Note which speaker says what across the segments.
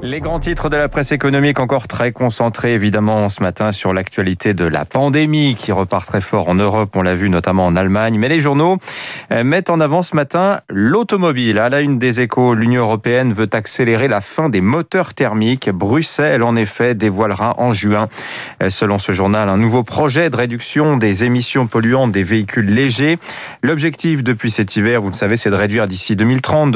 Speaker 1: Les grands titres de la presse économique encore très concentrés évidemment ce matin sur l'actualité de la pandémie qui repart très fort en Europe, on l'a vu notamment en Allemagne. Mais les journaux mettent en avant ce matin l'automobile. À la une des Échos, l'Union européenne veut accélérer la fin des moteurs thermiques. Bruxelles en effet dévoilera en juin, selon ce journal, un nouveau projet de réduction des émissions polluantes des véhicules légers. L'objectif depuis cet hiver, vous le savez, c'est de réduire d'ici 2030 de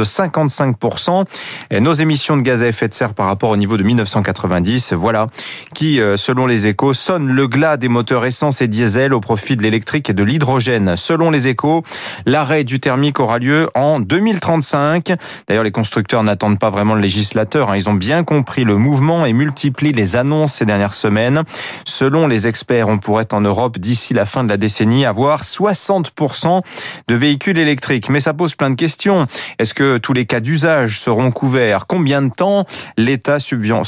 Speaker 1: 55% nos émissions de gaz à effet de serre par rapport au niveau de 1990, voilà, qui, selon les Échos, sonne le glas des moteurs essence et diesel au profit de l'électrique et de l'hydrogène. Selon les Échos, l'arrêt du thermique aura lieu en 2035. D'ailleurs, les constructeurs n'attendent pas vraiment le législateur, ils ont bien compris le mouvement et multiplient les annonces ces dernières semaines. Selon les experts, on pourrait en Europe, d'ici la fin de la décennie, avoir 60% de véhicules électriques. Mais ça pose plein de questions. Est-ce que tous les cas d'usage seront couverts? Combien de temps l'État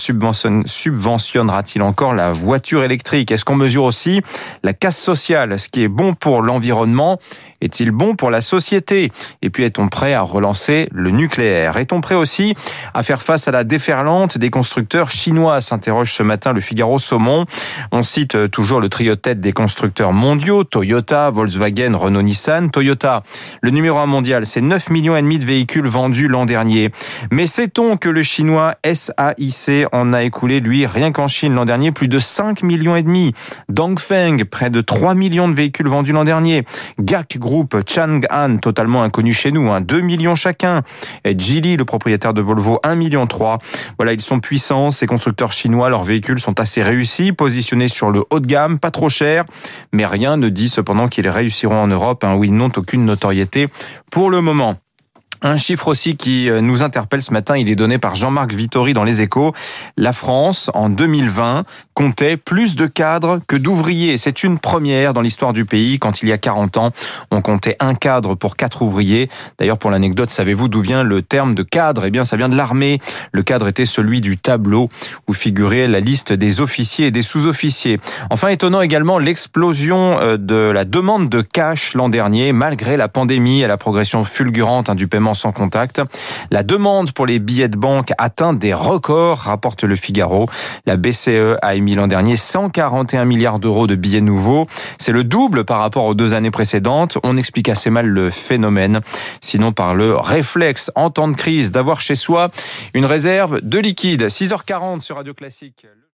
Speaker 1: subventionnera-t-il encore la voiture électrique? Est-ce qu'on mesure aussi la casse sociale? Ce qui est bon pour l'environnement est-il bon pour la société? Et puis, est-on prêt à relancer le nucléaire? Est-on prêt aussi à faire face à la déferlante des constructeurs chinois? S'interroge ce matin le Figaro Saumon. On cite toujours le trio de tête des constructeurs mondiaux, Toyota, Volkswagen, Renault, Nissan. Toyota, le numéro 1 mondial, c'est 9,5 millions de véhicules vendus l'an dernier. Mais sait-on que le chinois SAIC en a écoulé, lui, rien qu'en Chine l'an dernier, plus de 5,5 millions. Dongfeng, près de 3 millions de véhicules vendus l'an dernier. GAC Group, Chang'an, totalement inconnu chez nous, 2 millions chacun. Et Geely, le propriétaire de Volvo, 1,3 million. Voilà, ils sont puissants, ces constructeurs chinois, leurs véhicules sont assez réussis, positionnés sur le haut de gamme, pas trop cher, mais rien ne dit cependant qu'ils réussiront en Europe, où ils n'ont aucune notoriété pour le moment. Un chiffre aussi qui nous interpelle ce matin, il est donné par Jean-Marc Vittori dans Les Échos. La France, en 2020, comptait plus de cadres que d'ouvriers. C'est une première dans l'histoire du pays. Quand il y a 40 ans, on comptait un cadre pour 4 ouvriers. D'ailleurs, pour l'anecdote, savez-vous d'où vient le terme de cadre? Eh bien, ça vient de l'armée. Le cadre était celui du tableau où figurait la liste des officiers et des sous-officiers. Enfin, étonnant également l'explosion de la demande de cash l'an dernier, malgré la pandémie et la progression fulgurante du paiement sans contact. La demande pour les billets de banque atteint des records, rapporte le Figaro. La BCE a émis l'an dernier 141 milliards d'euros de billets nouveaux. C'est le double par rapport aux 2 années précédentes. On explique assez mal le phénomène, sinon par le réflexe en temps de crise d'avoir chez soi une réserve de liquide. 6h40 sur Radio Classique.